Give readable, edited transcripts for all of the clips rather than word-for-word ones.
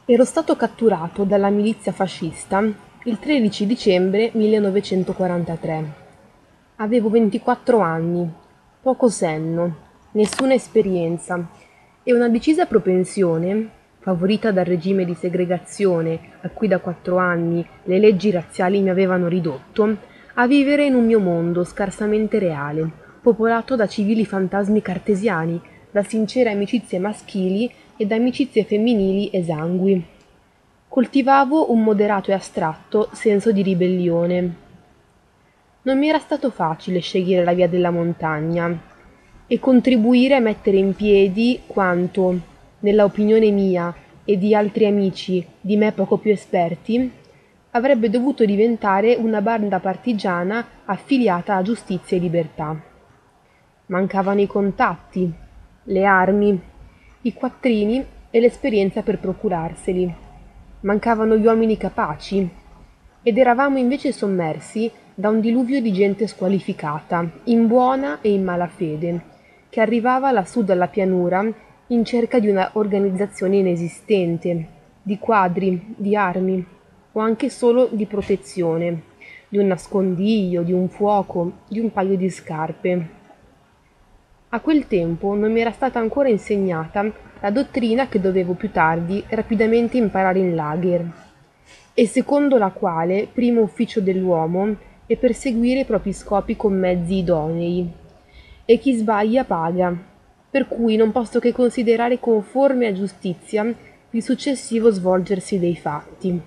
Ero stato catturato dalla milizia fascista il 13 dicembre 1943. Avevo 24 anni, poco senno, nessuna esperienza e una decisa propensione, favorita dal regime di segregazione a cui da 4 anni le leggi razziali mi avevano ridotto, a vivere in un mio mondo scarsamente reale, popolato da civili fantasmi cartesiani, da sincere amicizie maschili e da amicizie femminili esangui. Coltivavo un moderato e astratto senso di ribellione. Non mi era stato facile scegliere la via della montagna e contribuire a mettere in piedi quanto, nella opinione mia e di altri amici di me poco più esperti, avrebbe dovuto diventare una banda partigiana affiliata a giustizia e libertà. Mancavano i contatti, le armi, i quattrini e l'esperienza per procurarseli. Mancavano gli uomini capaci ed eravamo invece sommersi da un diluvio di gente squalificata, in buona e in malafede, che arrivava lassù dalla pianura in cerca di una organizzazione inesistente, di quadri, di armi o anche solo di protezione, di un nascondiglio, di un fuoco, di un paio di scarpe. A quel tempo non mi era stata ancora insegnata la dottrina che dovevo più tardi rapidamente imparare in lager, e secondo la quale primo ufficio dell'uomo è perseguire i propri scopi con mezzi idonei, e chi sbaglia paga, per cui non posso che considerare conforme a giustizia il successivo svolgersi dei fatti.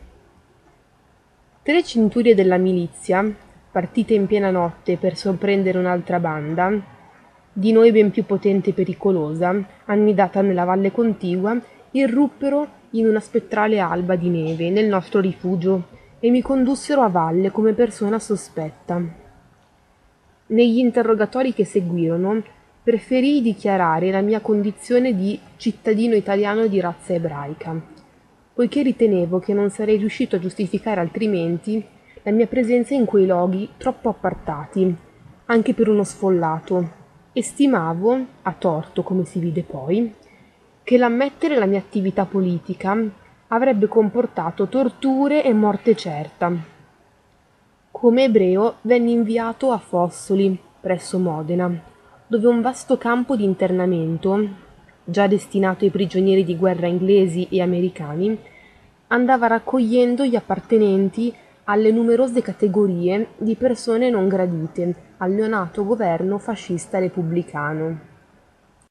3 cinturie della milizia, partite in piena notte per sorprendere un'altra banda, di noi ben più potente e pericolosa, annidata nella valle contigua, irruppero in una spettrale alba di neve nel nostro rifugio e mi condussero a valle come persona sospetta. Negli interrogatori che seguirono, preferii dichiarare la mia condizione di cittadino italiano di razza ebraica, poiché ritenevo che non sarei riuscito a giustificare altrimenti la mia presenza in quei luoghi troppo appartati, anche per uno sfollato, e stimavo, a torto come si vide poi, che l'ammettere la mia attività politica avrebbe comportato torture e morte certa. Come ebreo venni inviato a Fossoli, presso Modena, dove un vasto campo di internamento, già destinato ai prigionieri di guerra inglesi e americani, andava raccogliendo gli appartenenti alle numerose categorie di persone non gradite al neonato governo fascista repubblicano.